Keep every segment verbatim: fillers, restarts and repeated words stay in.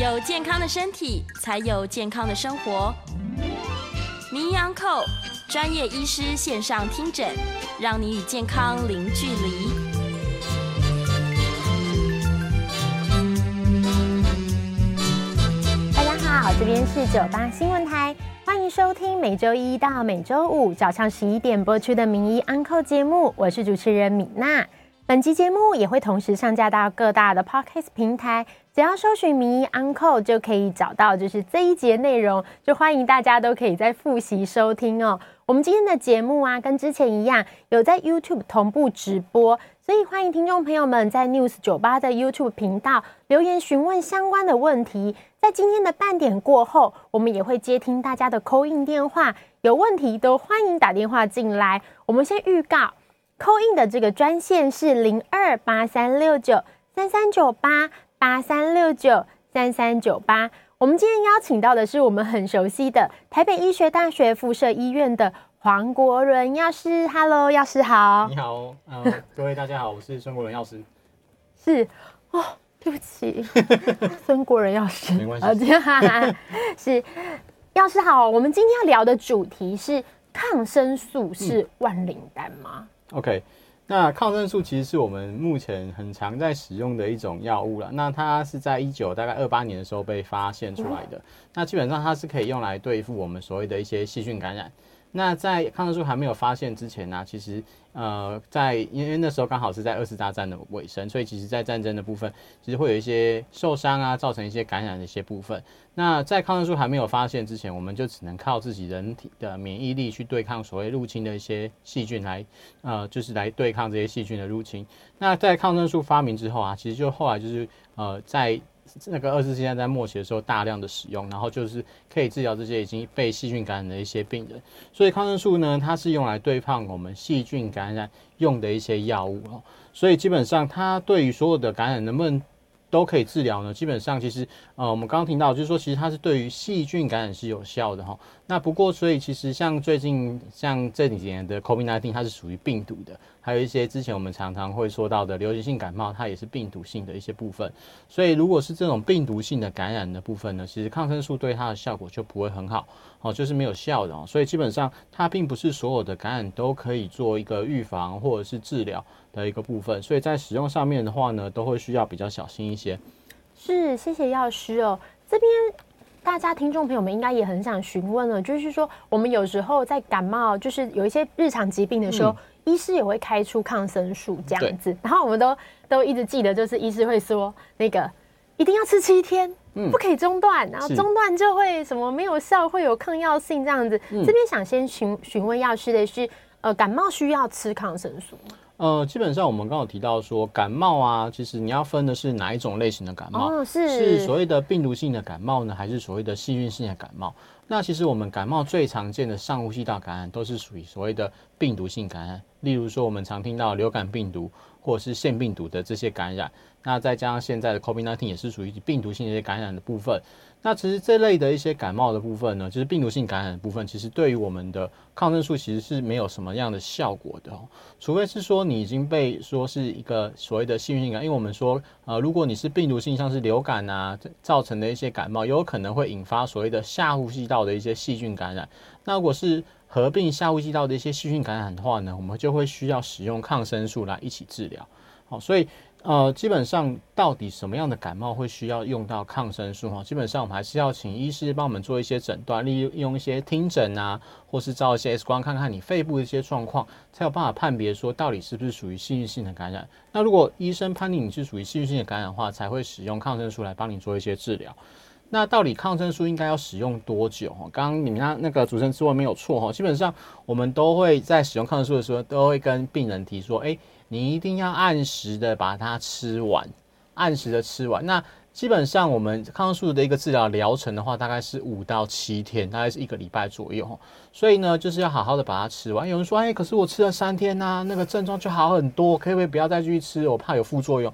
有健康的身体，才有健康的生活。名医安扣专业医师线上听诊，让你与健康零距离。 大家好，这边是九八新闻台，欢迎收听每周一到每周五早上十一点播出的名医安扣节目，我是主持人米娜。本集节目也会同时上架到各大的 Podcast 平台，只要搜寻名医安扣就可以找到，就是这一节内容，就欢迎大家都可以再复习收听哦。我们今天的节目啊，跟之前一样，有在 YouTube 同步直播，所以欢迎听众朋友们在 News 九八的 YouTube 频道留言询问相关的问题。在今天的半点过后，我们也会接听大家的 call in 电话，有问题都欢迎打电话进来。我们先预告 call in 的这个专线是零二八三六九三三九八八三六九三三九八。我们今天邀请到的是我们很熟悉的台北医学大学附设医院的黄国伦药师。Hello， 药师好。 你好，呃、各位大家好，我是孙国伦药师。 是哦，对不起，孙国伦药师， 没关系。 是药师好，我们今天要聊的主题是抗生素是万灵丹吗？嗯 OK， 那抗生素其实是我们目前很常在使用的一种药物啦。那它是在一九大概二八年的时候被发现出来的。嗯、那基本上它是可以用来对付我们所谓的一些细菌感染。那在抗生素还没有发现之前呢、啊，其实呃，在因为那时候刚好是在二次大战的尾声，所以其实在战争的部分，其实会有一些受伤啊，造成一些感染的一些部分。那在抗生素还没有发现之前，我们就只能靠自己人体的免疫力去对抗所谓入侵的一些细菌来，呃，就是来对抗这些细菌的入侵。那在抗生素发明之后啊，其实就后来就是呃，在那个二次世界大战末期的时候大量的使用，然后就是可以治疗这些已经被细菌感染的一些病人。所以抗生素呢，它是用来对抗我们细菌感染用的一些药物哦。所以基本上它对于所有的感染能不能都可以治疗呢？基本上其实呃，我们刚刚听到就是说，其实它是对于细菌感染是有效的哈。那不过所以其实像最近像这几年的 COVID 十九 它是属于病毒的，还有一些之前我们常常会说到的流行性感冒，它也是病毒性的一些部分。所以如果是这种病毒性的感染的部分呢，其实抗生素对它的效果就不会很好哦，就是没有效的哦。所以基本上它并不是所有的感染都可以做一个预防或者是治疗的一个部分，所以在使用上面的话呢，都会需要比较小心一些。 是，谢谢药师哦。这边大家听众朋友们应该也很想询问了，就是说我们有时候在感冒，就是有一些日常疾病的时候，嗯、医师也会开出抗生素这样子，然后我们都都一直记得，就是医师会说那个一定要吃七天。嗯、不可以中断，然后中断就会什么没有效，会有抗药性这样子。嗯、这边想先询询问药师的是，呃，感冒需要吃抗生素吗？ 呃，基本上我们刚刚有提到说，感冒啊，其实你要分的是哪一种类型的感冒？ 哦、是是所谓的病毒性的感冒呢，还是所谓的细菌性的感冒？那其实我们感冒最常见的上呼吸道感染都是属于所谓的病毒性感染，例如说我们常听到流感病毒或者是腺病毒的这些感染，那再加上现在的 COVID 十九 也是属于病毒性的一些感染的部分。那其实这类的一些感冒的部分呢，就是病毒性感染的部分，其实对于我们的抗生素其实是没有什么样的效果的哦，除非是说你已经被说是一个所谓的细菌性感染，因为我们说呃，如果你是病毒性，像是流感啊造成的一些感冒，有可能会引发所谓的下呼吸道的一些细菌感染。那如果是合并下呼吸道的一些细菌感染的话呢，我们就会需要使用抗生素来一起治疗。好，所以呃，基本上到底什么样的感冒会需要用到抗生素哈？基本上我们还是要请医师帮我们做一些诊断，利用一些听诊啊，或是照一些 X 光看看你肺部的一些状况，才有办法判别说到底是不是属于细菌性的感染。那如果医生判定你是属于细菌性的感染的话，才会使用抗生素来帮你做一些治疗。那到底抗生素应该要使用多久？刚刚你们那那个主持人之问没有错，基本上我们都会在使用抗生素的时候，都会跟病人提说，哎，你一定要按时的把它吃完，按时的吃完。那基本上我们抗生素的一个治疗疗程的话，大概是五到七天，大概是一个礼拜左右。所以呢，就是要好好的把它吃完。有人说，哎，可是我吃了三天啊，那个症状就好很多，可不可以不要再继续吃？我怕有副作用。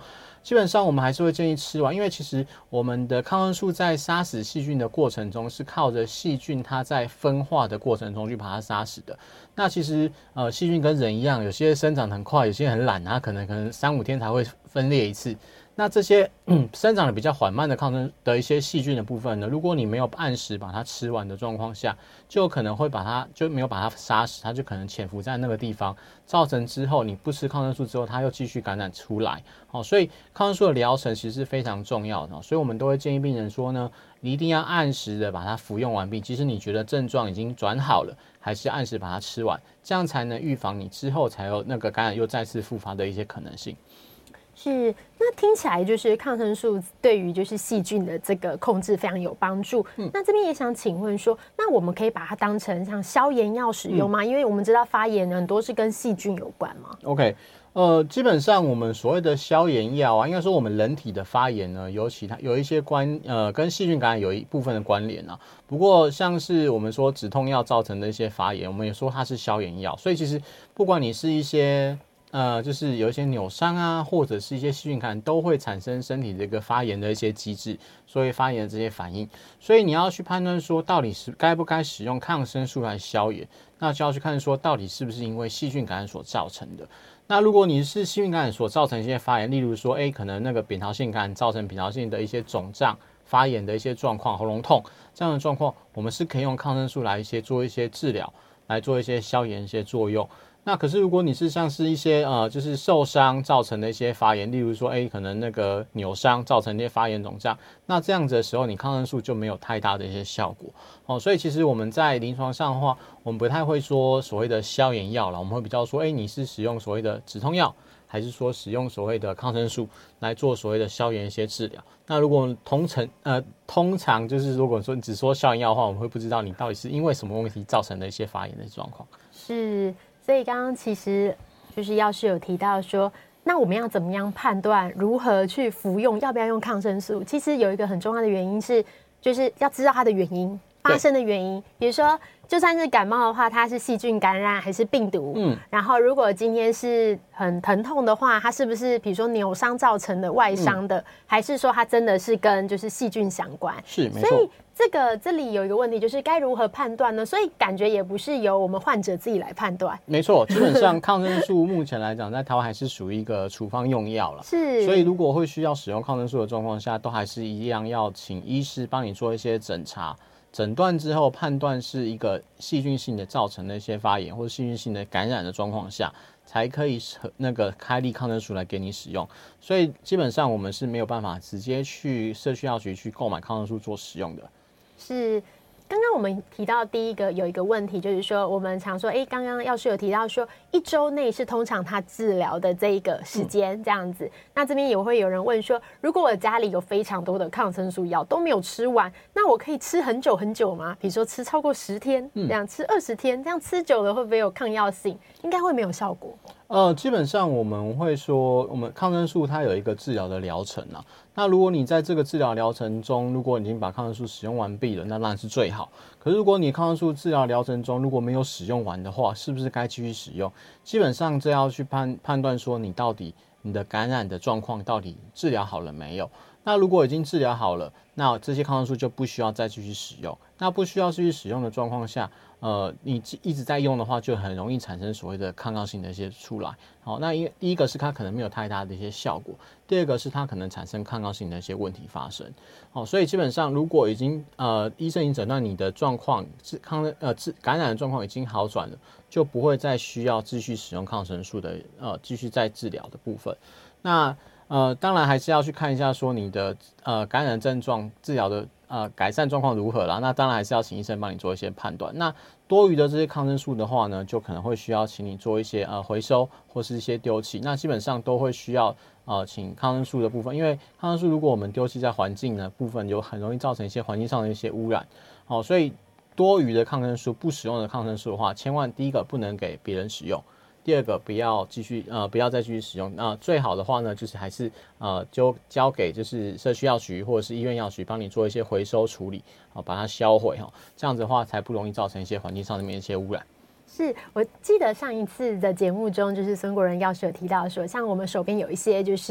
基本上我们还是会建议吃完，因为其实我们的抗生素在杀死细菌的过程中是靠着细菌它在分化的过程中去把它杀死的。那其实呃细菌跟人一样，有些生长得很快，有些很懒，它可能可能三五天才会分裂一次。那这些、嗯、生长的比较缓慢的抗生的一些细菌的部分呢，如果你没有按时把它吃完的状况下，就有可能会把它就没有把它杀死，它就可能潜伏在那个地方，造成之后你不吃抗生素之后，它又继续感染出来。好、哦，所以抗生素的疗程其实是非常重要的、哦，所以我们都会建议病人说呢，你一定要按时的把它服用完毕，即使你觉得症状已经转好了，还是按时把它吃完，这样才能预防你之后才有那个感染又再次复发的一些可能性。 是，那听起来就是抗生素对于就是细菌的这个控制非常有帮助。嗯，那这边也想请问说，那我们可以把它当成像消炎药使用吗？嗯、因为我们知道发炎很多是跟细菌有关嘛。 OK， 呃，基本上我们所谓的消炎药啊，应该说我们人体的发炎呢，有其他有一些关呃跟细菌感染有一部分的关联啊。不过像是我们说止痛药造成的一些发炎，我们也说它是消炎药，所以其实不管你是一些呃，就是有一些扭伤啊，或者是一些细菌感染，都会产生身体的一个发炎的一些机制，所以发炎的这些反应，所以你要去判断说，到底是该不该使用抗生素来消炎，那就要去看说，到底是不是因为细菌感染所造成的。那如果你是细菌感染所造成一些发炎，例如说，哎，可能那个扁桃腺感染造成扁桃腺的一些肿胀、发炎的一些状况、喉咙痛这样的状况，我们是可以用抗生素来一些做一些治疗，来做一些消炎一些作用。那可是如果你是像是一些呃就是受伤造成的一些发炎，例如说哎可能那个扭伤造成一些发炎肿胀，那这样子的时候你抗生素就没有太大的一些效果哦。所以其实我们在临床上的话，我们不太会说所谓的消炎药啦，我们会比较说哎你是使用所谓的止痛药，还是说使用所谓的抗生素来做所谓的消炎一些治疗。那如果通常呃通常就是如果说你只说消炎药的话，我们会不知道你到底是因为什么问题造成的一些发炎的状况。 是。所以刚刚其实就是药师有提到说，那我们要怎么样判断如何去服用，要不要用抗生素？其实有一个很重要的原因是，就是要知道它的原因发生的原因。比如说，就算是感冒的话，它是细菌感染还是病毒？嗯，然后如果今天是很疼痛的话，它是不是比如说扭伤造成的外伤的，嗯、还是说它真的是跟就是细菌相关？ 是，没错。 所以这个这里有一个问题，就是该如何判断呢？所以感觉也不是由我们患者自己来判断。 没错，基本上抗生素目前来讲，在台湾还是属于一个处方用药了。 是， 所以如果会需要使用抗生素的状况下，都还是一样要请医师帮你做一些诊查。诊断之后判断是一个细菌性的造成的一些发炎或者细菌性的感染的状况下，才可以那个开立抗生素来给你使用。所以基本上我们是没有办法直接去社区药局去购买抗生素做使用的。 是，刚刚我们提到第一个有一个问题，就是说我们常说，哎，刚刚药师有提到说一周内是通常他治疗的这一个时间这样子。嗯、那这边也会有人问说，如果我家里有非常多的抗生素药都没有吃完，那我可以吃很久很久吗？比如说吃超过十天，这样吃二十天，这样吃久了会不会有抗药性？应该会没有效果。 呃，基本上我们会说，我们抗生素它有一个治疗的疗程啊。那如果你在这个治疗疗程中，如果你已经把抗生素使用完毕了，那当然是最好。可是如果你抗生素治疗疗程中如果没有使用完的话，是不是该继续使用？基本上这要去判判断说你到底你的感染的状况到底治疗好了没有。那如果已经治疗好了，那这些抗生素就不需要再继续使用。那不需要继续使用的状况下，呃，你一直在用的话，就很容易产生所谓的抗药性的一些出来。好，那因为第一个是它可能没有太大的一些效果，第二个是它可能产生抗药性的一些问题发生。好，所以基本上如果已经呃医生已经诊断你的状况治抗呃治感染的状况已经好转了，就不会再需要继续使用抗生素的呃继续再治疗的部分。那呃，当然还是要去看一下说你的呃感染症状治疗的呃改善状况如何啦。那当然还是要请医生帮你做一些判断。那多余的这些抗生素的话呢，就可能会需要请你做一些呃回收或是一些丢弃。那基本上都会需要呃请抗生素的部分，因为抗生素如果我们丢弃在环境的部分，有很容易造成一些环境上的一些污染。好、哦，所以多余的抗生素不使用的抗生素的话，千万第一个不能给别人使用。第二个不要继续呃不要再继续使用，那、呃、最好的话呢，就是还是呃就交给就是社区药局或者是医院药局帮你做一些回收处理，好、把它销毁哈，这样子的话才不容易造成一些环境上面的一些污染。 是我记得上一次的节目中，就是孙国仁药师有提到说，像我们手边有一些就是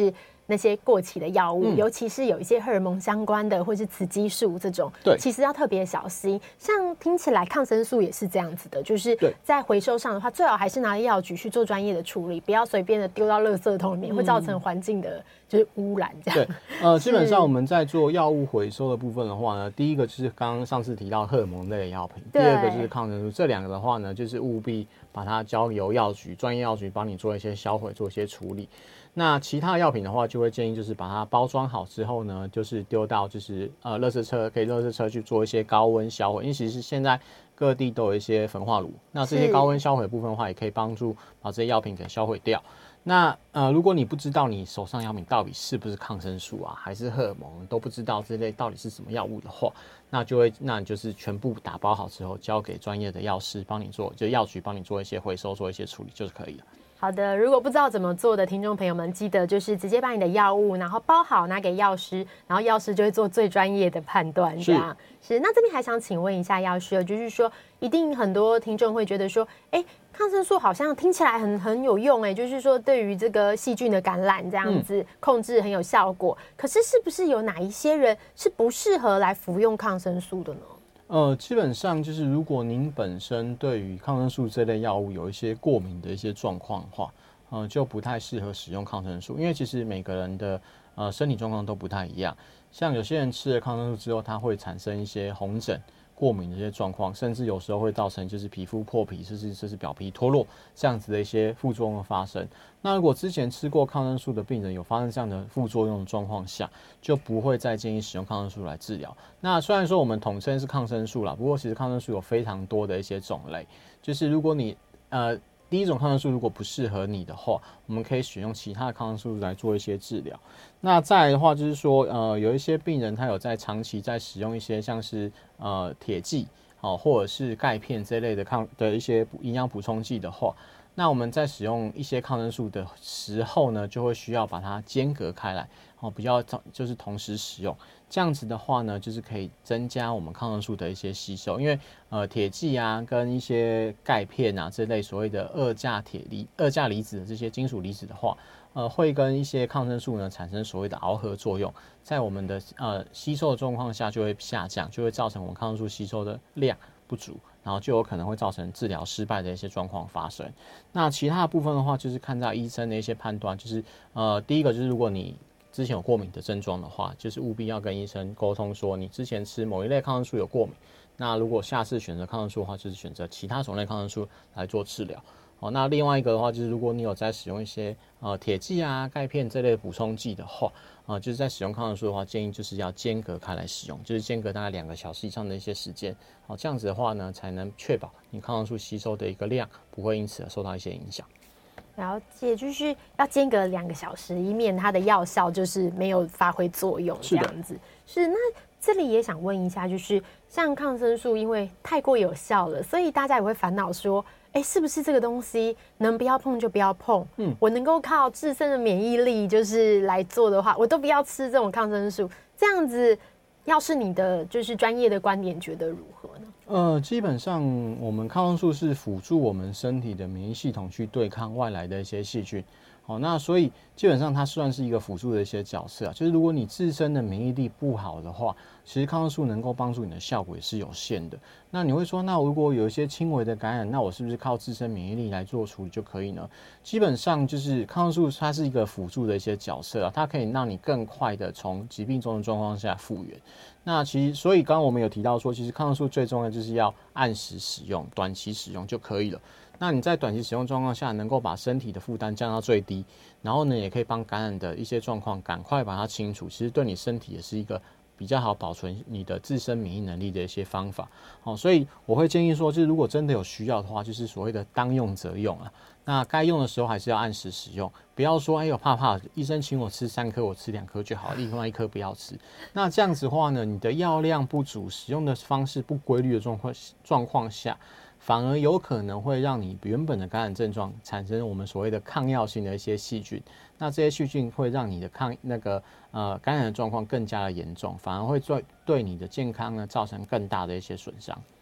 那些过期的药物， 嗯、 尤其是有一些荷尔蒙相关的，或是雌激素这种， 对， 其实要特别小心。像听起来抗生素也是这样子的，就是在回收上的话，最好还是拿药局去做专业的处理，不要随便的丢到垃圾桶里面，嗯、会造成环境的就是污染这样。 对，呃，基本上我们在做药物回收的部分的话呢，第一个就是刚刚上次提到荷尔蒙类的药品，第二个就是抗生素，这两个的话呢，就是务必把它交由药局专业药局帮你做一些销毁，做一些处理。那其他药品的话，就会建议就是把它包装好之后呢，就是丢到就是呃垃圾车，给垃圾车去做一些高温销毁。因为其实现在各地都有一些焚化炉，那这些高温销毁的部分的话，也可以帮助把这些药品给销毁掉。那呃，如果你不知道你手上药品到底是不是抗生素啊，还是荷尔蒙都不知道这类到底是什么药物的话，那就会那你就是全部打包好之后，交给专业的药师帮你做，就药局帮你做一些回收，做一些处理就是可以了。 好的，如果不知道怎么做的听众朋友们，记得就是直接把你的药物然后包好拿给药师，然后药师就会做最专业的判断，这样是。那这边还想请问一下药师，就是说一定很多听众会觉得说，哎，抗生素好像听起来很很有用，哎，就是说对于这个细菌的感染这样子、嗯、控制很有效果，可是是不是有哪一些人是不适合来服用抗生素的呢？ 呃，基本上就是如果您本身对于抗生素这类药物有一些过敏的一些状况的话，呃，就不太适合使用抗生素，因为其实每个人的呃身体状况都不太一样。像有些人吃了抗生素之后，它会产生一些红疹、过敏的一些状况，甚至有时候会造成就是皮肤破皮，甚至就是表皮脱落这样子的一些副作用的发生。那如果之前吃过抗生素的病人有发生这样的副作用的状况下，就不会再建议使用抗生素来治疗。那虽然说我们统称是抗生素啦，不过其实抗生素有非常多的一些种类，就是如果你呃第一种抗生素如果不适合你的话，我们可以选用其他的抗生素来做一些治疗。那再来的话就是说，呃，有一些病人他有在长期在使用一些像是呃铁剂哦，或者是钙片这类的抗的一些营养补充剂的话，那我们在使用一些抗生素的时候呢，就会需要把它间隔开来，哦，比较就是同时使用。这样子的话呢，就是可以增加我们抗生素的一些吸收，因为呃铁剂啊跟一些钙片啊这类所谓的二价铁离二价离子的这些金属离子的话，呃会跟一些抗生素呢产生所谓的螯合作用，在我们的呃吸收的状况下就会下降，就会造成我们抗生素吸收的量不足，然后就有可能会造成治疗失败的一些状况发生。那其他的部分的话，就是看到医生的一些判断，就是呃第一个就是如果你之前有过敏的症状的话，就是务必要跟医生沟通说你之前吃某一类抗生素有过敏，那如果下次选择抗生素的话，就是选择其他种类抗生素来做治疗。哦，那另外一个的话就是如果你有在使用一些呃铁剂啊、钙片这类补充剂的话，呃，就是在使用抗生素的话，建议就是要间隔开来使用，就是间隔大概两个小时以上的一些时间。好，这样子的话呢，才能确保你抗生素吸收的一个量不会因此而受到一些影响。 了解，就是要间隔两个小时，以免它的药效就是没有发挥作用这样子。是，那这里也想问一下，就是像抗生素因为太过有效了，所以大家也会烦恼说，哎，是不是这个东西能不要碰就不要碰？嗯，我能够靠自身的免疫力就是来做的话，我都不要吃这种抗生素。这样子，要是你的就是专业的观点，觉得如何呢？ 呃，基本上我们抗生素是辅助我们身体的免疫系统去对抗外来的一些细菌。好，那所以基本上它算是一个辅助的一些角色啊。就是如果你自身的免疫力不好的话，其实抗生素能够帮助你的效果也是有限的。那你会说，那如果有一些轻微的感染，那我是不是靠自身免疫力来做处理就可以呢？基本上就是抗生素它是一个辅助的一些角色啊，它可以让你更快的从疾病中的状况下复原。那其实，所以刚刚我们有提到说，其实抗生素最重要就是要按时使用、短期使用就可以了。那你在短期使用状况下，能够把身体的负担降到最低，然后呢，也可以帮感染的一些状况赶快把它清除。其实对你身体也是一个比较好保存你的自身免疫能力的一些方法。好，所以我会建议说，就是如果真的有需要的话，就是所谓的当用则用啊。那该用的时候还是要按时使用，不要说哎呦怕怕，医生请我吃三颗，我吃两颗就好，另外一颗不要吃。那这样子的话呢，你的药量不足，使用的方式不规律的状况状况下，反而有可能会让你原本的感染症状产生我们所谓的抗药性的一些细菌。那这些细菌会让你的抗那个呃感染的状况更加的严重，反而会对对你的健康呢造成更大的一些损伤。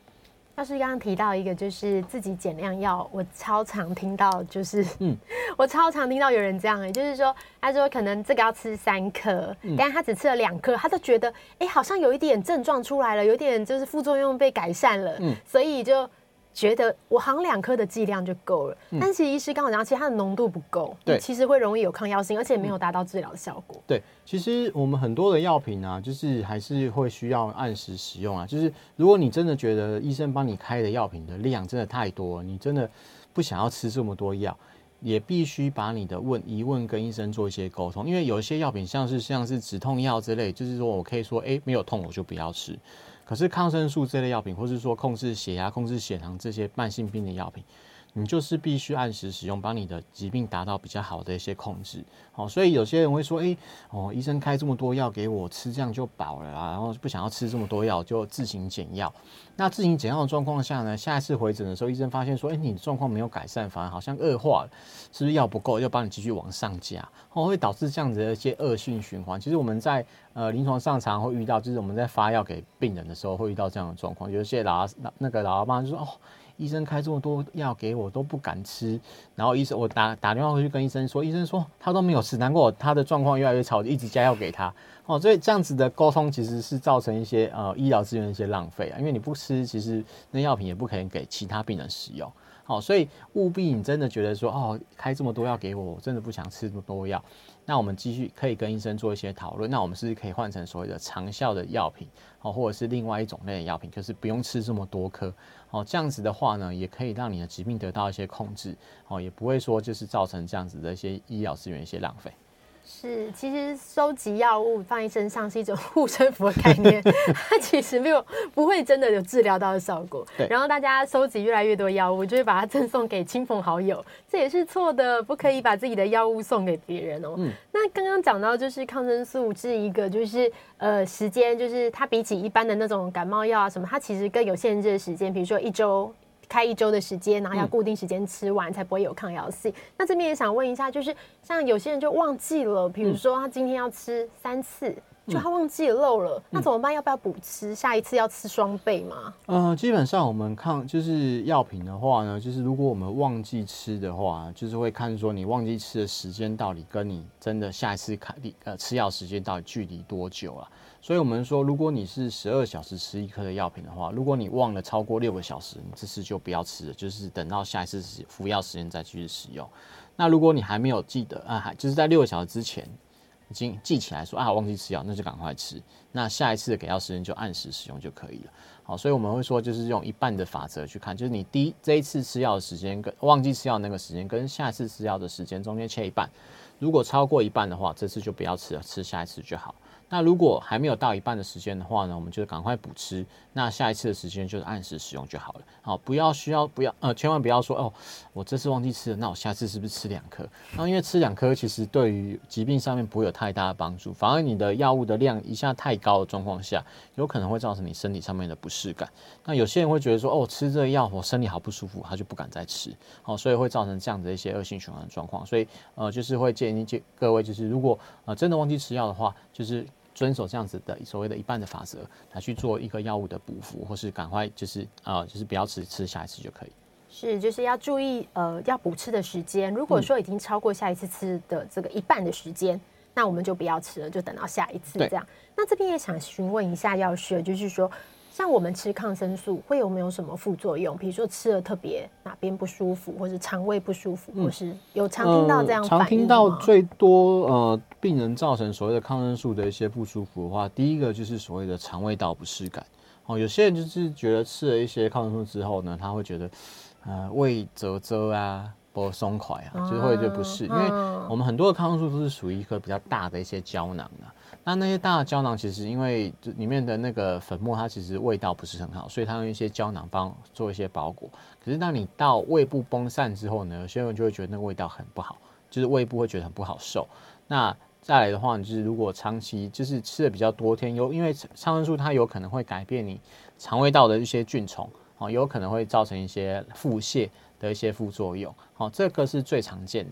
要是刚刚提到一个就是自己减量药，我超常听到，就是，嗯，我超常听到有人这样、欸，就是说，他说可能这个要吃三颗，嗯、但是他只吃了两颗，他就觉得，哎、欸，好像有一点症状出来了，有点就是副作用被改善了，嗯，所以就觉得我好像两颗的剂量就够了。嗯、但其实医师刚刚讲，其实它的浓度不够，对，其实会容易有抗药性，而且没有达到治疗的效果。 嗯、对。其实我们很多的药品啊，就是还是会需要按时使用啊。就是如果你真的觉得医生帮你开的药品的量真的太多了，你真的不想要吃这么多药，也必须把你的问疑问跟医生做一些沟通。因为有一些药品像是像是止痛药之类，就是说我可以说，哎，没有痛我就不要吃。可是抗生素这类药品，或是说控制血压、控制血糖这些慢性病的药品，你就是必须按时使用，帮你的疾病达到比较好的一些控制。好，所以有些人会说，哎，哦，医生开这么多药给我吃，这样就饱了啊，然后不想要吃这么多药，就自行减药。那自行减药的状况下呢，下一次回诊的时候，医生发现说，哎，你的状况没有改善，反而好像恶化了，是不是药不够，要帮你继续往上加，哦，会导致这样子的一些恶性循环。其实我们在呃临床上常常会遇到，就是我们在发药给病人的时候，会遇到这样的状况。有些老那个老阿妈就说，哦，医生开这么多药给我都不敢吃，然后医生我打打电话回去跟医生说，医生说他都没有吃，难怪他的状况越来越差，一直加药给他。哦，所以这样子的沟通其实是造成一些呃医疗资源的一些浪费啊，因为你不吃，其实那药品也不可能给其他病人使用。好，所以务必你真的觉得说，哦，开这么多药给我，我真的不想吃这么多药，那我们继续可以跟医生做一些讨论，那我们是不是可以换成所谓的长效的药品，哦，或者是另外一种类的药品，就是不用吃这么多颗，哦，这样子的话呢，也可以让你的疾病得到一些控制，哦，也不会说就是造成这样子的一些医疗资源一些浪费。 是，其实收集药物放在身上是一种护身符的概念，它其实没有不会真的有治疗到的效果。然后大家收集越来越多药物，就会把它赠送给亲朋好友，这也是错的，不可以把自己的药物送给别人哦。嗯、那刚刚讲到就是抗生素是一个就是呃时间，就是它比起一般的那种感冒药啊什么，它其实更有限制的时间，比如说一周。开一周的时间，然后要固定时间吃完，才不会有抗药性。那这边也想问一下，就是像有些人就忘记了，比如说他今天要吃三次，就他忘记了漏了，嗯、那怎么办？要不要补吃？下一次要吃双倍吗？ 呃，基本上我们看就是药品的话呢，就是如果我们忘记吃的话，就是会看说你忘记吃的时间到底跟你真的下一次开呃吃药时间到底距离多久啊？所以我们说，如果你是十二小时吃一颗的药品的话，如果你忘了超过六个小时，你这次就不要吃了，就是等到下一次服药时间再继续使用。那如果你还没有记得啊，就是在六个小时之前已经记起来说啊忘记吃药，那就赶快吃。那下一次的给药时间就按时使用就可以了。好，所以我们会说，就是用一半的法则去看，就是你第一这一次吃药的时间跟忘记吃药那个时间跟下一次吃药的时间中间切一半，如果超过一半的话，这次就不要吃了，吃下一次就好。那如果还没有到一半的时间的话呢，我们就赶快补吃。那下一次的时间就是按时使用就好了。好，不要需要不要呃，千万不要说哦，我这次忘记吃了，那我下次是不是吃两颗？然后因为吃两颗其实对于疾病上面不会有太大的帮助，反而你的药物的量一下太高的状况下，有可能会造成你身体上面的不适感。那有些人会觉得说哦，吃这个药我身体好不舒服，他就不敢再吃。好，所以会造成这样的一些恶性循环的状况。所以呃，就是会建议各位，就是如果呃真的忘记吃药的话，就是遵守这样子的所谓的一半的法则来去做一个药物的补服，或是赶快就是呃就是不要吃吃下一次就可以。 是，就是要注意呃要补吃的时间。如果说已经超过下一次吃的这个一半的时间，嗯、那我们就不要吃了，就等到下一次这样。那这边也想询问一下药师，就是说。像我们吃抗生素会有没有什么副作用？比如说吃了特别哪边不舒服，或是肠胃不舒服，嗯、或是有常听到这样反应吗？ 呃、常听到最多呃病人造成所谓的抗生素的一些不舒服的话，第一个就是所谓的肠胃道不适感。哦，有些人就是觉得吃了一些抗生素之后呢，他会觉得呃胃啧啧啊。不松快啊，就是会觉得不适，因为我们很多的抗生素都是属于一颗比较大的一些胶囊啊。那那些大的胶囊其实因为里面的那个粉末，它其实味道不是很好，所以它用一些胶囊帮做一些包裹。可是当你到胃部崩散之后呢，有些人就会觉得那个味道很不好，就是胃部会觉得很不好受。那再来的话，就是如果长期就是吃的比较多天，有因为抗生素它有可能会改变你肠胃道的一些菌虫，哦，有可能会造成一些腹泻的一些副作用，好，这个是最常见的。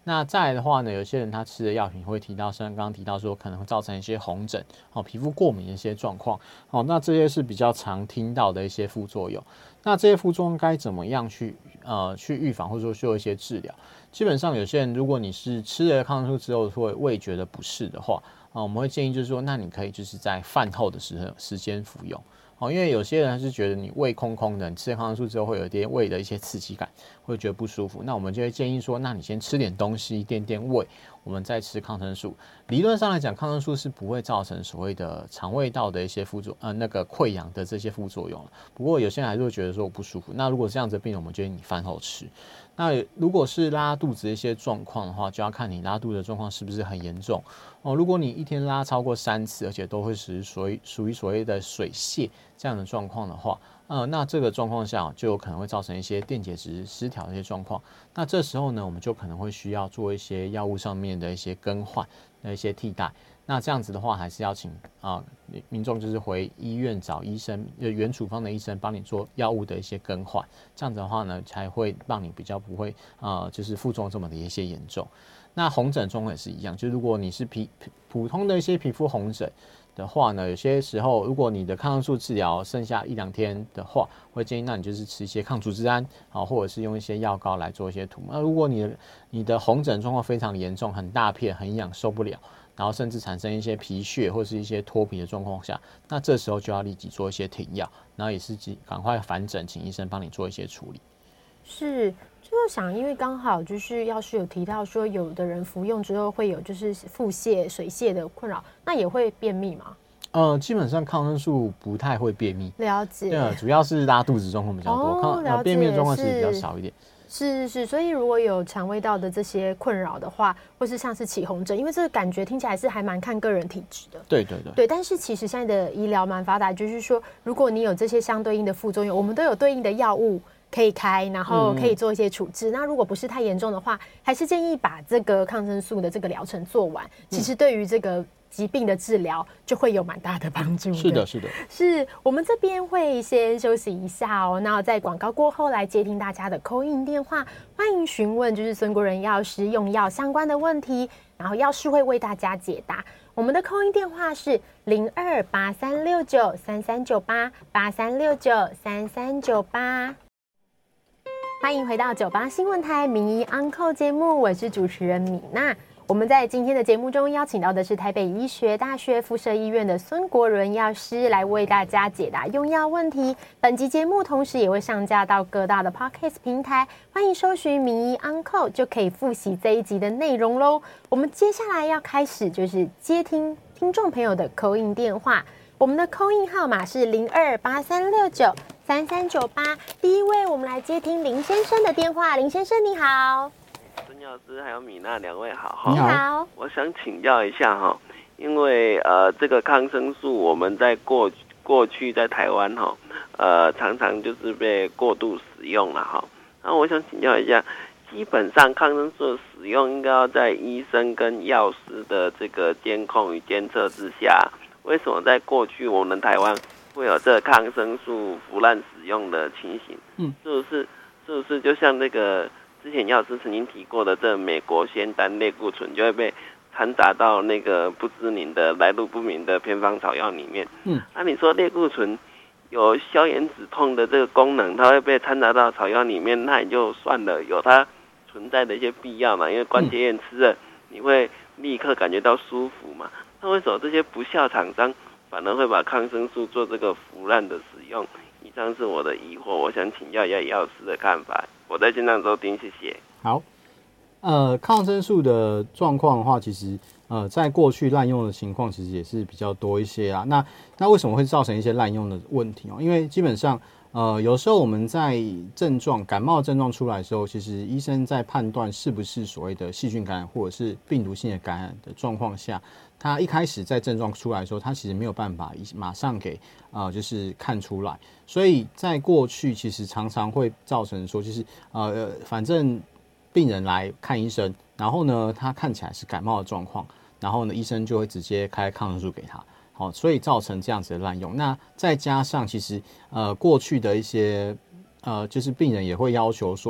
那再来的话呢，有些人他吃的药品会提到，像刚刚提到说可能会造成一些红疹、哦皮肤过敏的一些状况，哦那这些是比较常听到的一些副作用。那这些副作用该怎么样去呃去预防，或者说做一些治疗？基本上有些人，如果你是吃了抗生素之后会味觉的不适的话，啊我们会建议就是说，那你可以就是在饭后的时候时间服用。哦，因为有些人还是觉得你胃空空的，你吃了抗生素之后会有一点胃的一些刺激感，会觉得不舒服。那我们就会建议说，那你先吃点东西垫垫胃，我们再吃抗生素。理论上来讲，抗生素是不会造成所谓的肠胃道的一些副作呃那个溃疡的这些副作用。不过有些人还是会觉得说我不舒服。那如果这样子的病人，我们建议你饭后吃。那如果是拉肚子的一些状况的话，就要看你拉肚子的状况是不是很严重哦。如果你一天拉超过三次，而且都会是属于属于所谓的水泻这样的状况的话，呃，那这个状况下就有可能会造成一些电解质失调的一些状况。那这时候呢，我们就可能会需要做一些药物上面的一些更换的一些替代。那这样子的话，还是要请啊、呃、民众就是回医院找医生，原处方的医生帮你做药物的一些更换。这样子的话呢，才会让你比较不会呃就是副作用这么的一些严重。那红疹状况也是一样，就如果你是皮普通的一些皮肤红疹的话呢，有些时候如果你的抗生素治疗剩下一两天的话，会建议那你就是吃一些抗组织胺啊，或者是用一些药膏来做一些涂。那如果你的你的红疹状况非常严重，很大片很痒受不了，然后甚至产生一些皮屑或是一些脱皮的状况下，那这时候就要立即做一些停药，然后也是赶快返诊，请医生帮你做一些处理。 是，就是想，因为刚好就是要是有提到说，有的人服用之后会有就是腹泻、水泻的困扰，那也会便秘吗？ 呃，基本上抗生素不太会便秘， 了解。 对，主要是拉肚子状况比较多， 哦、 呃、便秘的状况其实比较少一点。 是是是，所以如果有肠胃道的这些困扰的话，或是像是起红疹，因为这个感觉听起来是还蛮看个人体质的。 对对对。 对，但是其实现在的医疗蛮发达，就是说，如果你有这些相对应的副作用，我们都有对应的药物可以开，然后可以做一些处置。嗯、那如果不是太严重的话，还是建议把这个抗生素的这个疗程做完。其实对于这个疾病的治疗就会有蛮大的帮助的。 是的，是的， 是我们这边会先休息一下哦，那在广告过后来接听大家的 call in 电话，欢迎询问就是孙国仁药师用药相关的问题，然后药师会为大家解答。我们的 call in 电话是零二八三六九三三九八八三六九三三九八。欢迎回到九八新闻台名医 Uncle 节目，我是主持人米娜。我们在今天的节目中邀请到的是台北医学大学附设医院的孙国伦药师，来为大家解答用药问题。本集节目同时也会上架到各大的 Podcast 平台，欢迎搜寻名医 Uncle 就可以复习这一集的内容咯。我们接下来要开始就是接听听众朋友的 call in 电话，我们的 call in 号码是零二八三六九三三九八。第一位我们来接听林先生的电话，林先生你好。 孙药师还有米娜两位好哈， 你好， 我想请教一下哈，因为呃这个抗生素我们在过过去在台湾哈，呃常常就是被过度使用了哈，然后我想请教一下，基本上抗生素的使用应该要在医生跟药师的这个监控与监测之下，为什么在过去我们台湾会有这个抗生素腐烂使用的情形？嗯，是不是是不是就像那个之前药师曾经提过的，这美国仙丹类固醇就会被掺杂到那个不知名的来路不明的偏方草药里面。嗯，那、啊、你说类固醇有消炎止痛的这个功能，它会被掺杂到草药里面，那也就算了，有它存在的一些必要嘛？因为关节炎吃了，你会立刻感觉到舒服嘛？那为什么这些不肖厂商反而会把抗生素做这个腐烂的使用？以上是我的疑惑，我想请教一下药师的看法。我在线上收听，谢谢。 好，呃，抗生素的状况的话，其实呃，在过去滥用的情况其实也是比较多一些啊。那那为什么会造成一些滥用的问题哦？因为基本上，呃，有时候我们在症状感冒症状出来的时候，其实医生在判断是不是所谓的细菌感染或者是病毒性的感染的状况下，他一开始在症状出来的时候，他其实没有办法马上给呃就是看出来，所以在过去其实常常会造成说，就是呃反正病人来看医生，然后呢他看起来是感冒的状况，然后呢医生就会直接开抗生素给他，好，所以造成这样子的滥用。那再加上其实呃过去的一些呃就是病人也会要求说，哎、欸，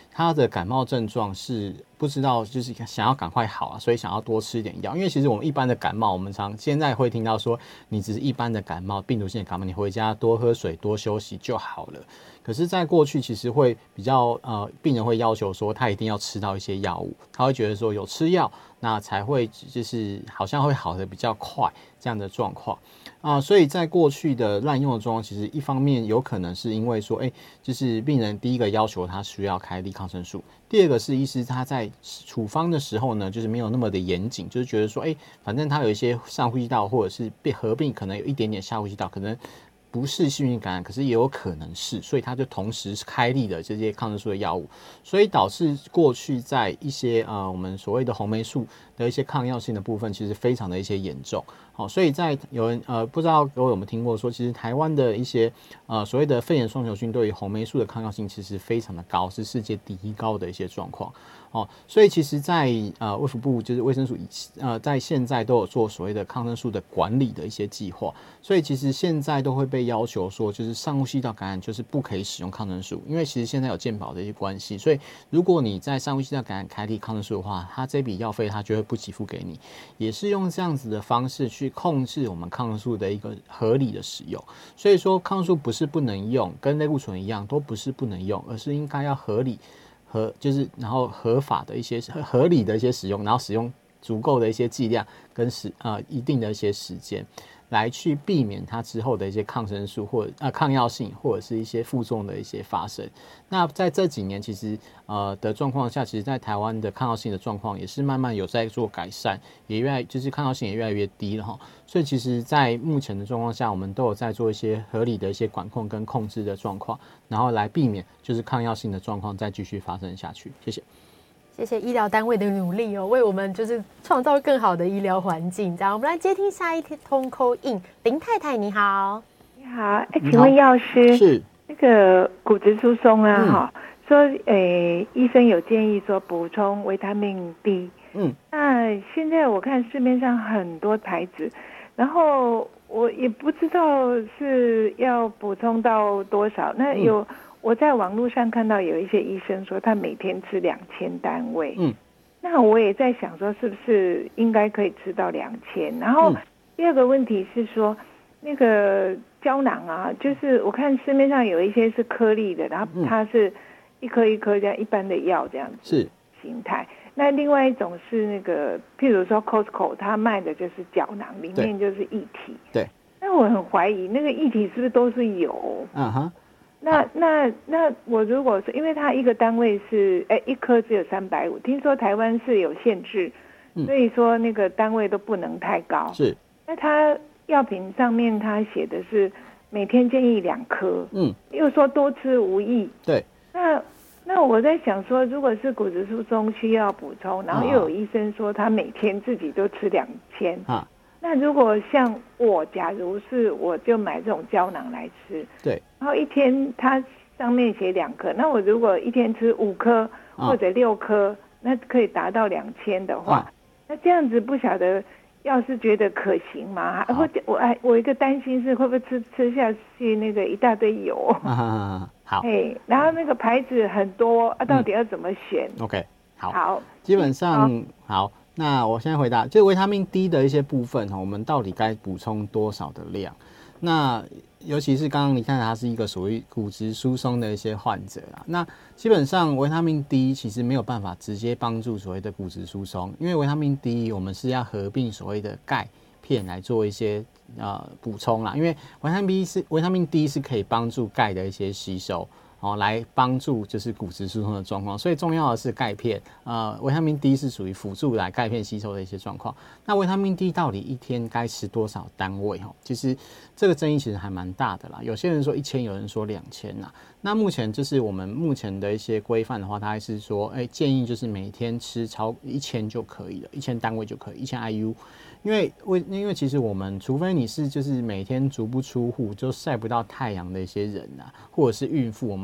他的感冒症状是不知道，就是想要赶快好啊，所以想要多吃一点药。因为其实我们一般的感冒，我们常现在会听到说，你只是一般的感冒，病毒性的感冒，你回家多喝水、多休息就好了。可是，在过去其实会比较呃，病人会要求说，他一定要吃到一些药物，他会觉得说有吃药，那才会就是好像会好的比较快这样的状况啊、呃。所以在过去的滥用的状况，其实一方面有可能是因为说，哎，就是病人第一个要求他需要开立抗生素，第二个是医师他在处方的时候呢，就是没有那么的严谨，就是觉得说，哎，反正他有一些上呼吸道或者是被合并，可能有一点点下呼吸道，可能不是细菌感染，可是也有可能是，所以他就同时开立了这些抗生素的药物，所以导致过去在一些呃我们所谓的红霉素的一些抗药性的部分，其实非常的一些严重。好、哦，所以在有人呃不知道各位有没有听过说，其实台湾的一些呃所谓的肺炎双球菌对于红霉素的抗药性其实非常的高，是世界第一高的一些状况。哦，所以其实在，在呃卫福部就是卫生署呃在现在都有做所谓的抗生素的管理的一些计划，所以其实现在都会被要求说，就是上呼吸道感染就是不可以使用抗生素，因为其实现在有健保的一些关系，所以如果你在上呼吸道感染开立抗生素的话，它这笔药费它就会不给付给你，也是用这样子的方式去控制我们抗生素的一个合理的使用。所以说抗生素不是不能用，跟类固醇一样，都不是不能用，而是应该要合理。和就是然后合法的一些合理的一些使用，然后使用足够的一些剂量跟时呃一定的一些时间，来去避免它之后的一些抗生素或者呃抗药性或者是一些副作用的一些发生。那在这几年其实呃的状况下，其实在台湾的抗药性的状况也是慢慢有在做改善，也越来就是抗药性也越来越低了哈。所以其实在目前的状况下，我们都有在做一些合理的一些管控跟控制的状况，然后来避免就是抗药性的状况再继续发生下去。谢谢。 谢谢医疗单位的努力哦，为我们就是创造更好的医疗环境。这样，我们来接听下一通 call in， 林太太你好。 你好，哎，请问药师是那个骨质疏松啊，哈、嗯，说诶，医生有建议说补充维他命 D， 嗯，那现在我看市面上很多牌子，然后我也不知道是要补充到多少，那有。嗯我在网络上看到有一些医生说他每天吃两千单位，嗯，那我也在想说是不是应该可以吃到两千。然后第二个问题是说那个胶囊啊，就是我看市面上有一些是颗粒的，然后它是一颗一颗这样一般的药这样子形态。那另外一种是那个譬如说 Costco 它卖的就是胶囊，里面就是液体。 对。 那我很怀疑那个液体是不是都是油？嗯哼。那那那我如果是因为它一个单位是哎一颗只有三百五，听说台湾是有限制，嗯、所以说那个单位都不能太高。是。那它药品上面它写的是每天建议两颗，嗯，又说多吃无益。对。那那我在想说，如果是骨质疏松需要补充，然后又有医生说他每天自己都吃两千啊。那如果像我，假如是我就买这种胶囊来吃，对，然后一天它上面写两颗，那我如果一天吃五颗或者六颗，那可以达到两千的话，啊、那这样子不晓得要是觉得可行吗？或者我哎，我一个担心是会不会吃吃下去那个一大堆油？啊、好，哎，然后那个牌子很多啊，到底要怎么选、 嗯、？OK， 好， 好， 基本上 好。好那我现在回答，就维他命 D 的一些部分，我们到底该补充多少的量？那尤其是刚刚你看他是一个属于骨质疏松的一些患者啊，那基本上维他命 D 其实没有办法直接帮助所谓的骨质疏松，因为维他命 D 我们是要合并所谓的钙片来做一些呃补充啦，因为维他命 D 是维他命 D 是可以帮助钙的一些吸收。哦，来帮助就是骨质疏松的状况，所以重要的是钙片。呃，维他命 D 是属于辅助来钙片吸收的一些状况。那维他命 D 到底一天该吃多少单位？哈，其实这个争议其实还蛮大的啦。有些人说一千，有人说两千啦。那目前就是我们目前的一些规范的话，它还是说，哎、欸，建议就是每天吃超一千就可以了，一千单位就可以，一千 I U。因为为因为其实我们除非你是就是每天足不出户就晒不到太阳的一些人啊，或者是孕妇，我们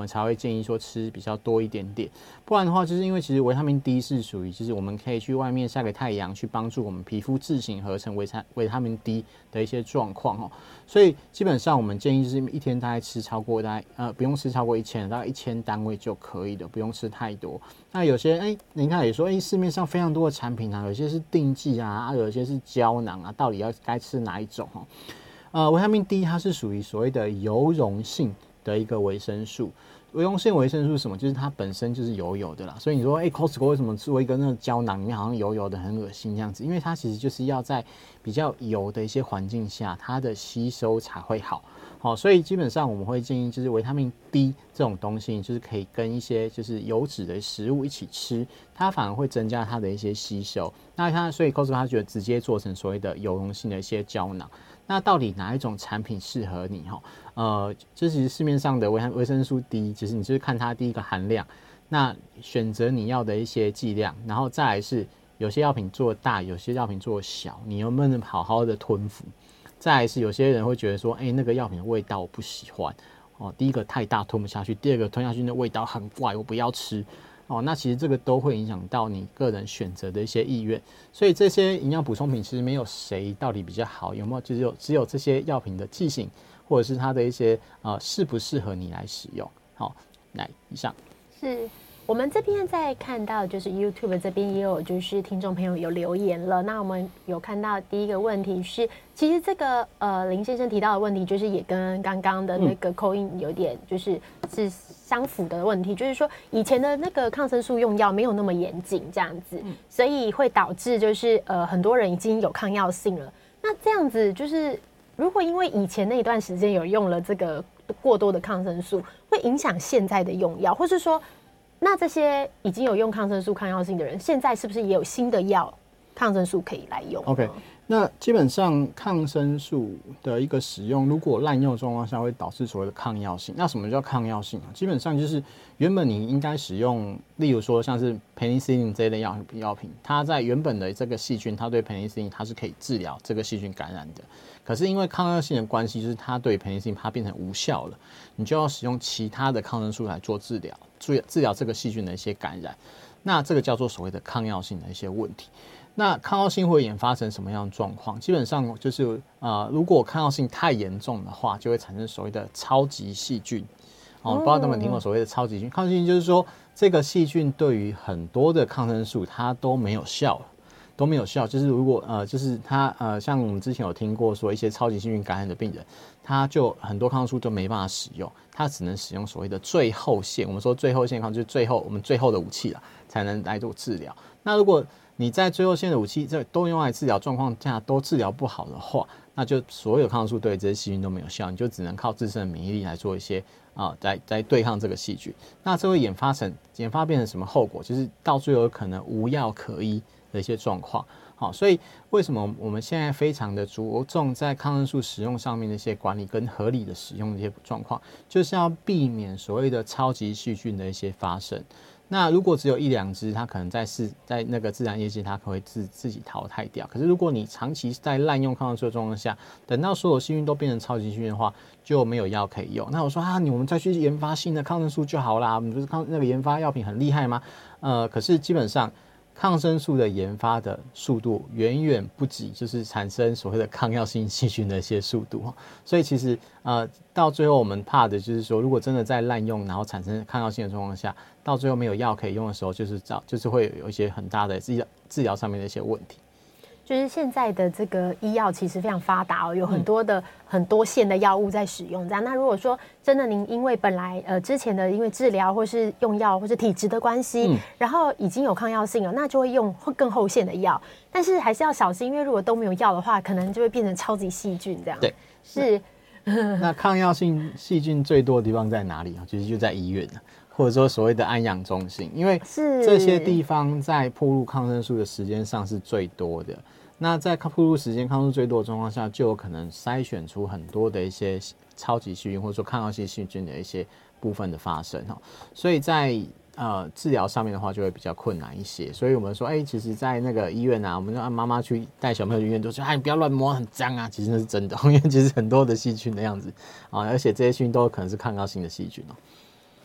们才会建议说吃比较多一点点。不然的话，就是因为其实维他命 D 是属于，就是我们可以去外面晒个太阳，去帮助我们皮肤自行合成维他维他命 D 的一些状况哦。所以基本上我们建议就是一天大概吃超过大概呃不用吃超过一千，大概一千单位就可以了，不用吃太多。那有些哎，您看也说哎，市面上非常多的产品啊，有些是定剂啊，啊有些是胶囊啊，到底要该吃哪一种哦？呃，维他命 D 它是属于所谓的油溶性的一个维生素。油溶性维生素是什么？就是它本身就是油油的啦。所以你说，哎、欸、，Costco 为什么做一个那个胶囊里面好像油油的，很恶心这样子？因为它其实就是要在比较油的一些环境下，它的吸收才会好。好，所以基本上我们会建议，就是维他命 D 这种东西，就是可以跟一些就是油脂的食物一起吃，它反而会增加它的一些吸收。那它所以 Costco 它觉得直接做成所谓的油溶性的一些胶囊。那到底哪一种产品适合你？哈，呃，这其实市面上的维维生素 D， 其实你就是看它第一个含量，那选择你要的一些剂量，然后再来是有些药品做大，有些药品做小，你能不能好好的吞服？再来是有些人会觉得说，哎、欸，那个药品的味道我不喜欢，哦，第一个太大吞不下去，第二个吞下去那味道很怪，我不要吃。哦，那其实这个都会影响到你个人选择的一些意愿，所以这些营养补充品其实没有谁到底比较好，有没有？只有只有这些药品的剂型，或者是它的一些呃适不适合你来使用。好，来以上是我们这边在看到，就是 YouTube 这边也有就是听众朋友有留言了。那我们有看到第一个问题是，其实这个呃林先生提到的问题，就是也跟刚刚的那个call in有点就是是相符的问题，就是说以前的那个抗生素用药没有那么严谨，这样子，所以会导致就是呃很多人已经有抗药性了。那这样子就是如果因为以前那一段时间有用了这个过多的抗生素，会影响现在的用药，或是说？那这些已经有用抗生素抗药性的人，现在是不是也有新的药抗生素可以来用 ？OK， 那基本上抗生素的一个使用，如果滥用的状况下，会导致所谓的抗药性。那什么叫抗药性啊？基本上就是原本你应该使用，例如说像是 penicillin 这一类药药品，它在原本的这个细菌，它对 penicillin 它是可以治疗这个细菌感染的。可是因为抗药性的关系，就是它对 penicillin 它变成无效了，你就要使用其他的抗生素来做治疗。治疗这个细菌的一些感染，那这个叫做所谓的抗药性的一些问题。那抗药性会演发成什么样的状况？基本上就是呃，如果抗药性太严重的话，就会产生所谓的超级细菌。哦，不知道大家有没有听过所谓的超级细菌？超级细菌就是说，这个细菌对于很多的抗生素它都没有效了。都没有效，就是如果呃，就是他呃，像我们之前有听过说一些超级细菌感染的病人，他就很多抗生素都没办法使用，他只能使用所谓的最后线。我们说最后线抗就是最后我们最后的武器啦，才能来做治疗。那如果你在最后线的武器这都用来治疗状况下都治疗不好的话，那就所有抗生素对这些细菌都没有效，你就只能靠自身的免疫力来做一些啊，来来对抗这个细菌。那这会演发成演发变成什么后果？就是到最后有可能无药可医的一些状况。好，所以为什么我们现在非常的着重在抗生素使用上面的一些管理跟合理的使用的一些状况，就是要避免所谓的超级细菌的一些发生。那如果只有一两只，它可能在是在那个自然业界，它可能会自自己淘汰掉。可是如果你长期在滥用抗生素的状况下，等到所有细菌都变成超级细菌的话，就没有药可以用。那我说啊，你我们再去研发新的抗生素就好啦，我们不是抗那个研发药品很厉害吗？呃，可是基本上抗生素的研发的速度远远不及，就是产生所谓的抗药性细菌的一些速度。所以其实呃，到最后我们怕的就是说，如果真的在滥用，然后产生抗药性的状况下，到最后没有药可以用的时候，就是找就是会有一些很大的治疗治疗上面的一些问题。 就是现在的这个医药其实非常发达哦，有很多的、嗯、很多线的药物在使用。这样，那如果说真的您因为本来呃之前的因为治疗或是用药或是体质的关系、嗯，然后已经有抗药性了，那就会用更后线的药。但是还是要小心，因为如果都没有药的话，可能就会变成超级细菌这样。 对， 是。 那抗药性细菌最多的地方在哪里？其实就在医院了，或者说所谓的安养中心，因为这些地方在暴露抗生素的时间上是最多的。那在暴露时间抗生素最多的状况下，就有可能筛选出很多的一些超级细菌，或者说抗药性细菌的一些部分的发生。所以在呃治疗上面的话，就会比较困难一些。所以我们说，哎、欸，其实，在那个医院啊，我们让妈妈去带小朋友去医院，都说，哎，你不要乱摸，很脏啊。其实那是真的，因为其实很多的细菌的样子啊，而且这些细菌都有可能是抗药性的细菌哦。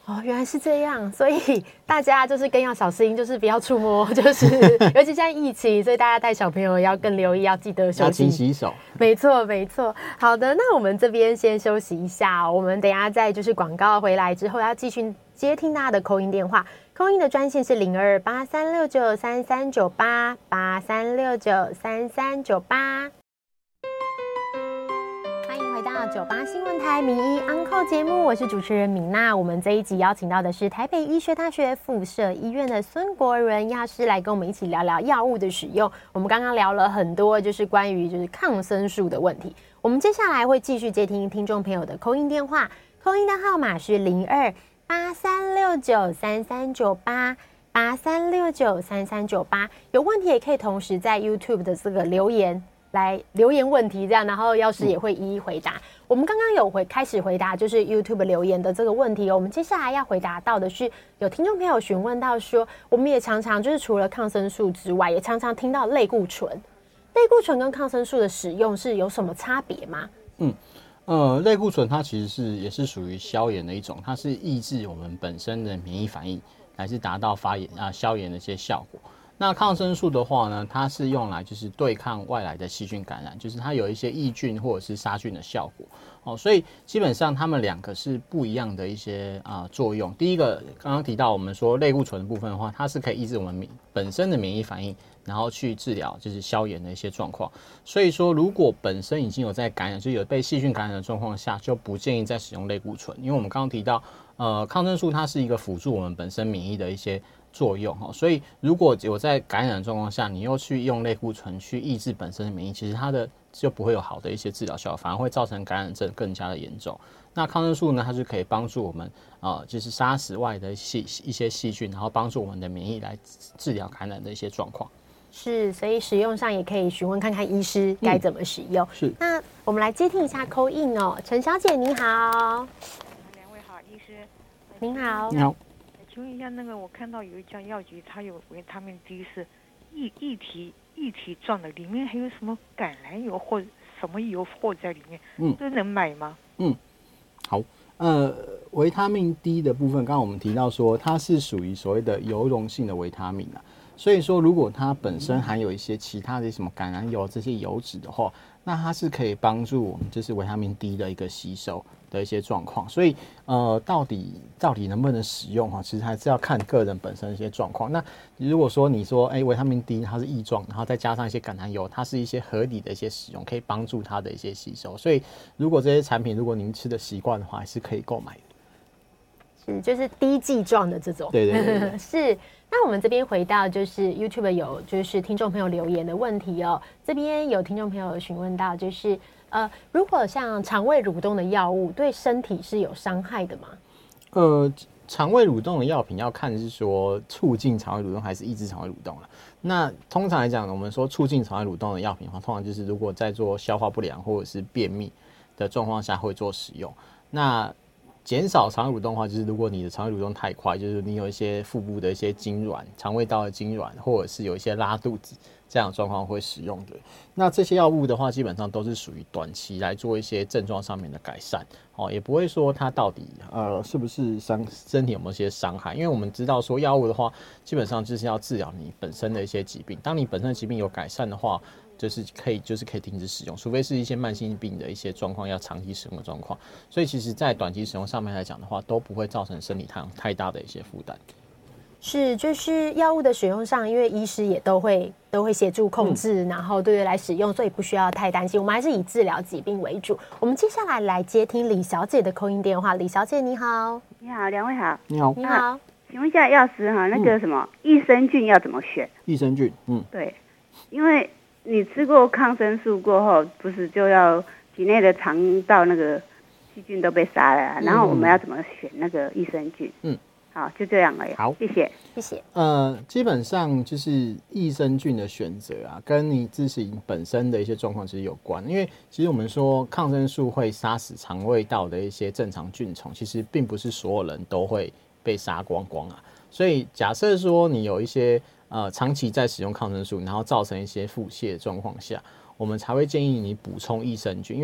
哦，原来是这样，所以大家就是更要小心，就是不要触摸，就是尤其现在疫情，所以大家带小朋友要更留意，要记得休息， 要勤洗手。 没错，没错。好的，那我们这边先休息一下、哦，我们等一下再就是广告回来之后，要继续接听大家的 call in 电话。call in 的专线是零二八三六九三三九八八三六九三三九八。欢迎回到九八新闻台名医 Uncle 节目，我是主持人敏娜。我们这一集邀请到的是台北医学大学附设医院的孙国伦药师来跟我们一起聊聊药物的使用。我们刚刚聊了很多，就是关于就是抗生素的问题。我们接下来会继续接听听众朋友的 call in 电话 ，call in 的号码是零二八三六九三三九八八三六九三三九八。有问题也可以同时在 YouTube 的这个留言。来留言问题，这样，然后药师也会一一回答。嗯、我们刚刚有回开始回答，就是 YouTube 留言的这个问题哦。我们接下来要回答到的是，有听众朋友询问到说，我们也常常就是除了抗生素之外，也常常听到类固醇。类固醇跟抗生素的使用是有什么差别吗？ 嗯，呃，类固醇它其实是也是属于消炎的一种，它是抑制我们本身的免疫反应，来是达到发炎啊消炎的一些效果。那抗生素的话呢，它是用来就是对抗外来的细菌感染，就是它有一些抑菌或者是杀菌的效果哦，所以基本上它们两个是不一样的一些啊、呃、作用。第一个刚刚提到我们说类固醇的部分的话，它是可以抑制我们免本身的免疫反应，然后去治疗就是消炎的一些状况。所以说，如果本身已经有在感染，就有被细菌感染的状况下，就不建议再使用类固醇，因为我们刚刚提到，呃，抗生素它是一个辅助我们本身免疫的一些作用哈，所以如果有在感染的状况下，你又去用类固醇去抑制本身的免疫，其实它的就不会有好的一些治疗效果，反而会造成感染症更加的严重。那抗生素呢，它是可以帮助我们呃，就是杀死外的细一些细菌，然后帮助我们的免疫来治疗感染的一些状况。 是，所以使用上也可以询问看看医师该怎么使用。嗯、 是， 那我们来接听一下 call in 哦，陈小姐您好。 两位好，医师您好。 你好。 请问一下，那个我看到有一家药局，它有维他命 D 是液液体液体状的，里面还有什么橄榄油或什么油或在里面，嗯，都能买吗？ 嗯，好，呃，维他命 D 的部分，刚刚我们提到说它是属于所谓的油溶性的维他命啊，所以说如果它本身含有一些其他的什么橄榄油这些油脂的话，那它是可以帮助我们就是维他命 D 的一个吸收的一些状况，所以呃，到底到底能不能使用哈，其实还是要看个人本身的一些状况。那如果说你说，哎，维他命 D 它是液状，然后再加上一些橄榄油，它是一些合理的一些使用，可以帮助它的一些吸收。所以如果这些产品，如果您吃的习惯的话，还是可以购买的。 是，就是滴剂状的这种。 对对 对, 对。 是。那我们这边回到就是 YouTube 有就是听众朋友留言的问题哦，这边有听众朋友询问到，就是呃，如果像肠胃蠕动的药物对身体是有伤害的吗？ 呃，肠胃蠕动的药品要看是说促进肠胃蠕动还是抑制肠胃蠕动了。那通常来讲，我们说促进肠胃蠕动的药品的话，通常就是如果在做消化不良或者是便秘的状况下会做使用。那减少肠胃蠕动的话，就是如果你的肠胃蠕动太快，就是你有一些腹部的一些痉挛、肠胃道的痉挛，或者是有一些拉肚子这样的状况会使用的。那这些药物的话，基本上都是属于短期来做一些症状上面的改善，哦，也不会说它到底呃是不是伤身体有没有一些伤害，因为我们知道说药物的话，基本上就是要治疗你本身的一些疾病。当你本身的疾病有改善的话，就是可以，就是可以停止使用，除非是一些慢性病的一些状况要长期使用的状况。所以其实，在短期使用上面来讲的话，都不会造成身体太太大的一些负担。 是，就是药物的使用上，因为医师也都会都会协助控制，嗯、然后对来使用，所以不需要太担心。我们还是以治疗疾病为主。我们接下来来接听李小姐的 call in 电话。李小姐你好。 你好，两位好。 你好。 你好。 请问一下药师哈，那个什么、嗯、益生菌要怎么选？ 益生菌，嗯， 对，因为你吃过抗生素过后，不是就要体内的肠道那个细菌都被杀了、啊嗯，然后我们要怎么选那个益生菌？嗯，好，就这样而已。 好， 谢谢， 谢谢。 呃，基本上就是益生菌的选择啊，跟你自己本身的一些状况其实有关。因为其实我们说抗生素会杀死肠胃道的一些正常菌虫，其实并不是所有人都会被杀光光啊。所以假设说你有一些呃，长期在使用抗生素，然后造成一些腹泻的状况下，我们才会建议你补充益生菌，因为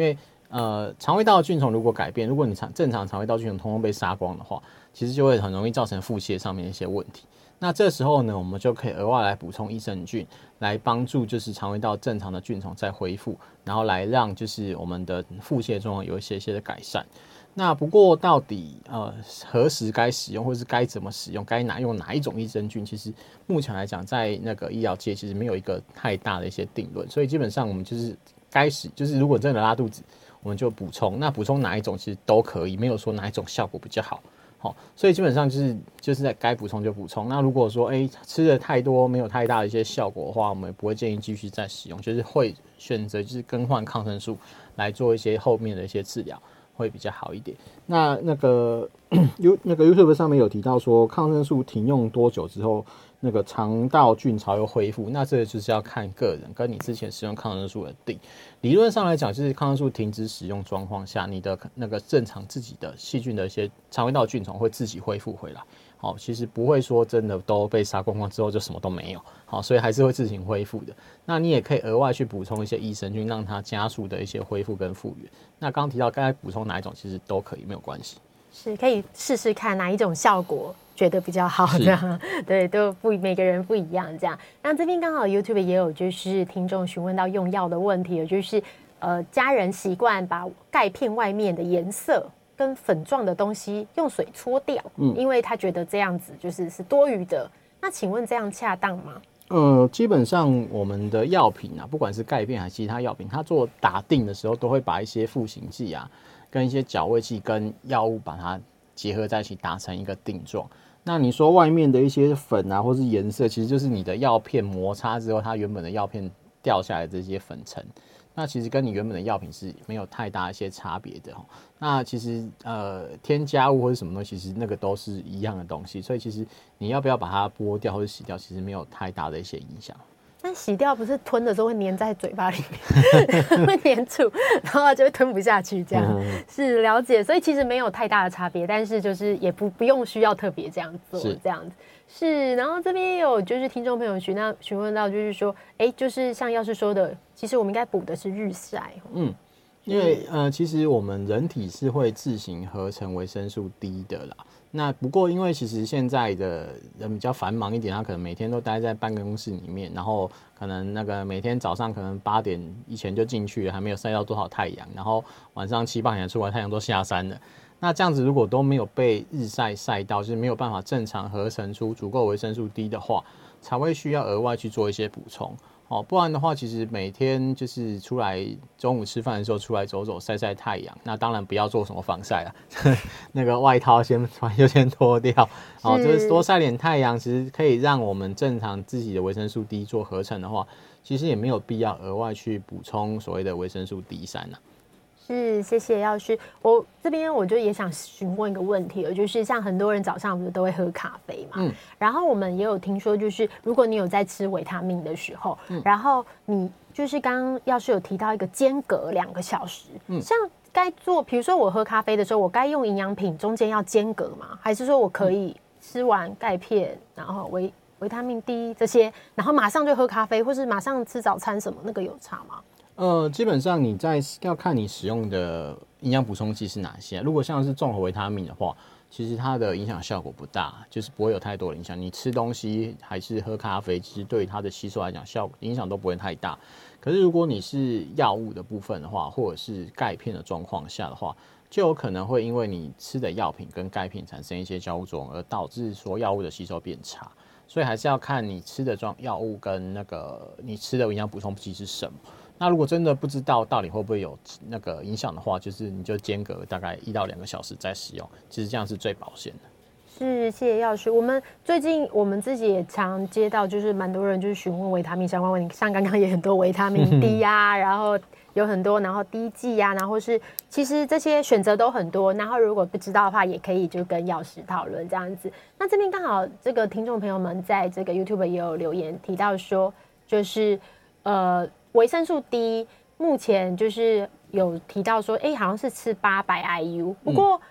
呃肠胃道的菌虫如果改变，如果你常正常肠胃道菌虫通通被杀光的话，其实就会很容易造成腹泻上面的一些问题。那这时候呢，我们就可以额外来补充益生菌，来帮助就是肠胃道正常的菌虫再恢复，然后来让就是我们的腹泻状况有一些些的改善。那不过到底呃何时该使用，或是该怎么使用，该拿用哪一种益生菌，其实目前来讲，在那个医疗界其实没有一个太大的一些定论，所以基本上我们就是该使，就是如果真的拉肚子，我们就补充。那补充哪一种其实都可以，没有说哪一种效果比较好。好，所以基本上就是就是在该补充就补充。那如果说哎、欸、吃的太多没有太大的一些效果的话，我们也不会建议继续再使用，就是会选择就是更换抗生素来做一些后面的一些治疗，会比较好一点。那那个 U 那个 YouTube 上面有提到说，抗生素停用多久之后，那个肠道菌巢又恢复，那这个就是要看个人跟你之前使用抗生素而定。理论上来讲，就是抗生素停止使用状况下，你的那个正常自己的细菌的一些肠胃道菌虫会自己恢复回来。好，其实不会说真的都被杀光光之后就什么都没有。好，所以还是会自行恢复的。那你也可以额外去补充一些益生菌，让它加速的一些恢复跟复原。那刚刚提到该补充哪一种，其实都可以，没有关系。 是可以试试看哪一种效果觉得比较好，这样对，都不每个人不一样这样。那这边刚好 YouTube 也有就是听众询问到用药的问题，也就是呃家人习惯把钙片外面的颜色跟粉状的东西用水搓掉，嗯，因为他觉得这样子就是是多余的。那请问这样恰当吗？ 呃，基本上我们的药品啊，不管是钙片还是其他药品，它做打定的时候都会把一些赋形剂啊，跟一些矫味剂跟药物把它结合在一起，打成一个定状。那你说外面的一些粉啊，或是颜色，其实就是你的药片摩擦之后，它原本的药片掉下来的这些粉尘。那其实跟你原本的药品是没有太大一些差别的。那其实呃添加物或者什么东西，其实那个都是一样的东西，所以其实你要不要把它剥掉或者洗掉，其实没有太大的一些影响。 但洗掉不是吞的时候会粘在嘴巴里面，会粘住，然后就会吞不下去，这样、嗯、是了解。所以其实没有太大的差别，但是就是也不不用需要特别这样做，这样子是。然后这边也有就是听众朋友询到询问到，就是说，哎，就是像药师说的，其实我们应该补的是日晒，嗯， 因为呃，其实我们人体是会自行合成维生素 D 的啦。那不过，因为其实现在的人比较繁忙一点，他可能每天都待在办公室里面，然后可能那个每天早上可能八点以前就进去了，还没有晒到多少太阳，然后晚上七八点出来，太阳都下山了。那这样子如果都没有被日晒晒到，就是没有办法正常合成出足够维生素 D 的话，才会需要额外去做一些补充。哦，不然的话，其实每天就是出来中午吃饭的时候出来走走晒晒太阳，那当然不要做什么防晒啦，那个外套先穿就先脱掉。哦，就是多晒点太阳，其实可以让我们正常自己的维生素 D 做合成的话，其实也没有必要额外去补充所谓的维生素 D 三啊。 是，谢谢药师。我这边我就也想询问一个问题了，就是像很多人早上不是都会喝咖啡嘛，嗯，然后我们也有听说，就是如果你有在吃维他命的时候，嗯，然后你就是刚刚药师有提到一个间隔两个小时，嗯，像该做，比如说我喝咖啡的时候，我该用营养品中间要间隔吗？还是说我可以吃完钙片，然后维维他命 D 这些，然后马上就喝咖啡，或是马上吃早餐什么，那个有差吗？ 呃，基本上你在要看你使用的营养补充剂是哪些。如果像是综合维他命的话，其实它的影响效果不大，就是不会有太多的影响。你吃东西还是喝咖啡，其实对于它的吸收来讲，效果影响都不会太大。可是如果你是药物的部分的话，或者是钙片的状况下的话，就有可能会因为你吃的药品跟钙片产生一些交互作用，而导致说药物的吸收变差。所以还是要看你吃的状药物跟那个你吃的营养补充剂是什么。那如果真的不知道到底会不会有那个影响的话，就是你就间隔大概一到两个小时再使用，其实这样是最保险的。 是，谢谢药师。我们最近我们自己也常接到，就是蛮多人就是询问维他命相关问题，像刚刚也很多维他命 D 啊，然后有很多，然后滴剂啊，然后是其实这些选择都很多。然后如果不知道的话，也可以就跟药师讨论这样子。那这边刚好这个听众朋友们在这个 YouTube 也有留言提到说，就是呃。维生素 D 目前就是有提到说，哎、欸，好像是吃八百 I U， 不过、嗯、不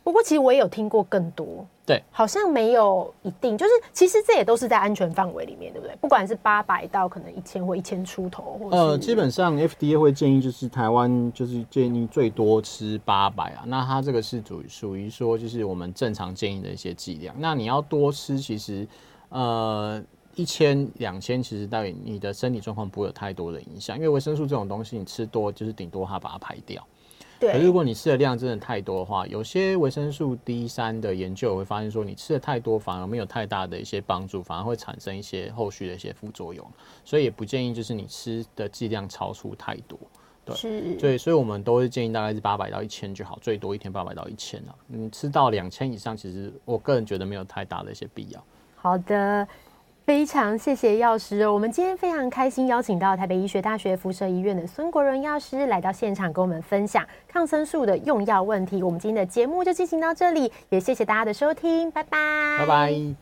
不过其实我也有听过更多， 对， 好像没有一定，就是其实这也都是在安全范围里面，对不对？不管是八百到可能一千或一千出头，或呃，基本上 F D A 会建议就是台湾就是建议最多吃八百啊，那它这个是属属于说就是我们正常建议的一些剂量。那你要多吃，其实呃一千两千，其实到底你的身体状况不会有太多的影响，因为维生素这种东西你吃多就是顶多它把它排掉。可是如果你吃的量真的太多的话，有些维生素 D 三 的研究会发现说，你吃的太多反而没有太大的一些帮助，反而会产生一些后续的一些副作用，所以也不建议就是你吃的剂量超出太多。对，是，对，所以我们都会建议大概是八百到一千就好，最多一天八百到一千啊。你吃到两千以上，其实我个人觉得没有太大的一些必要。 好的。非常谢谢药师哦！我们今天非常开心邀请到台北医学大学附设医院的孙国荣药师来到现场，跟我们分享抗生素的用药问题。我们今天的节目就进行到这里，也谢谢大家的收听，拜拜， 拜拜。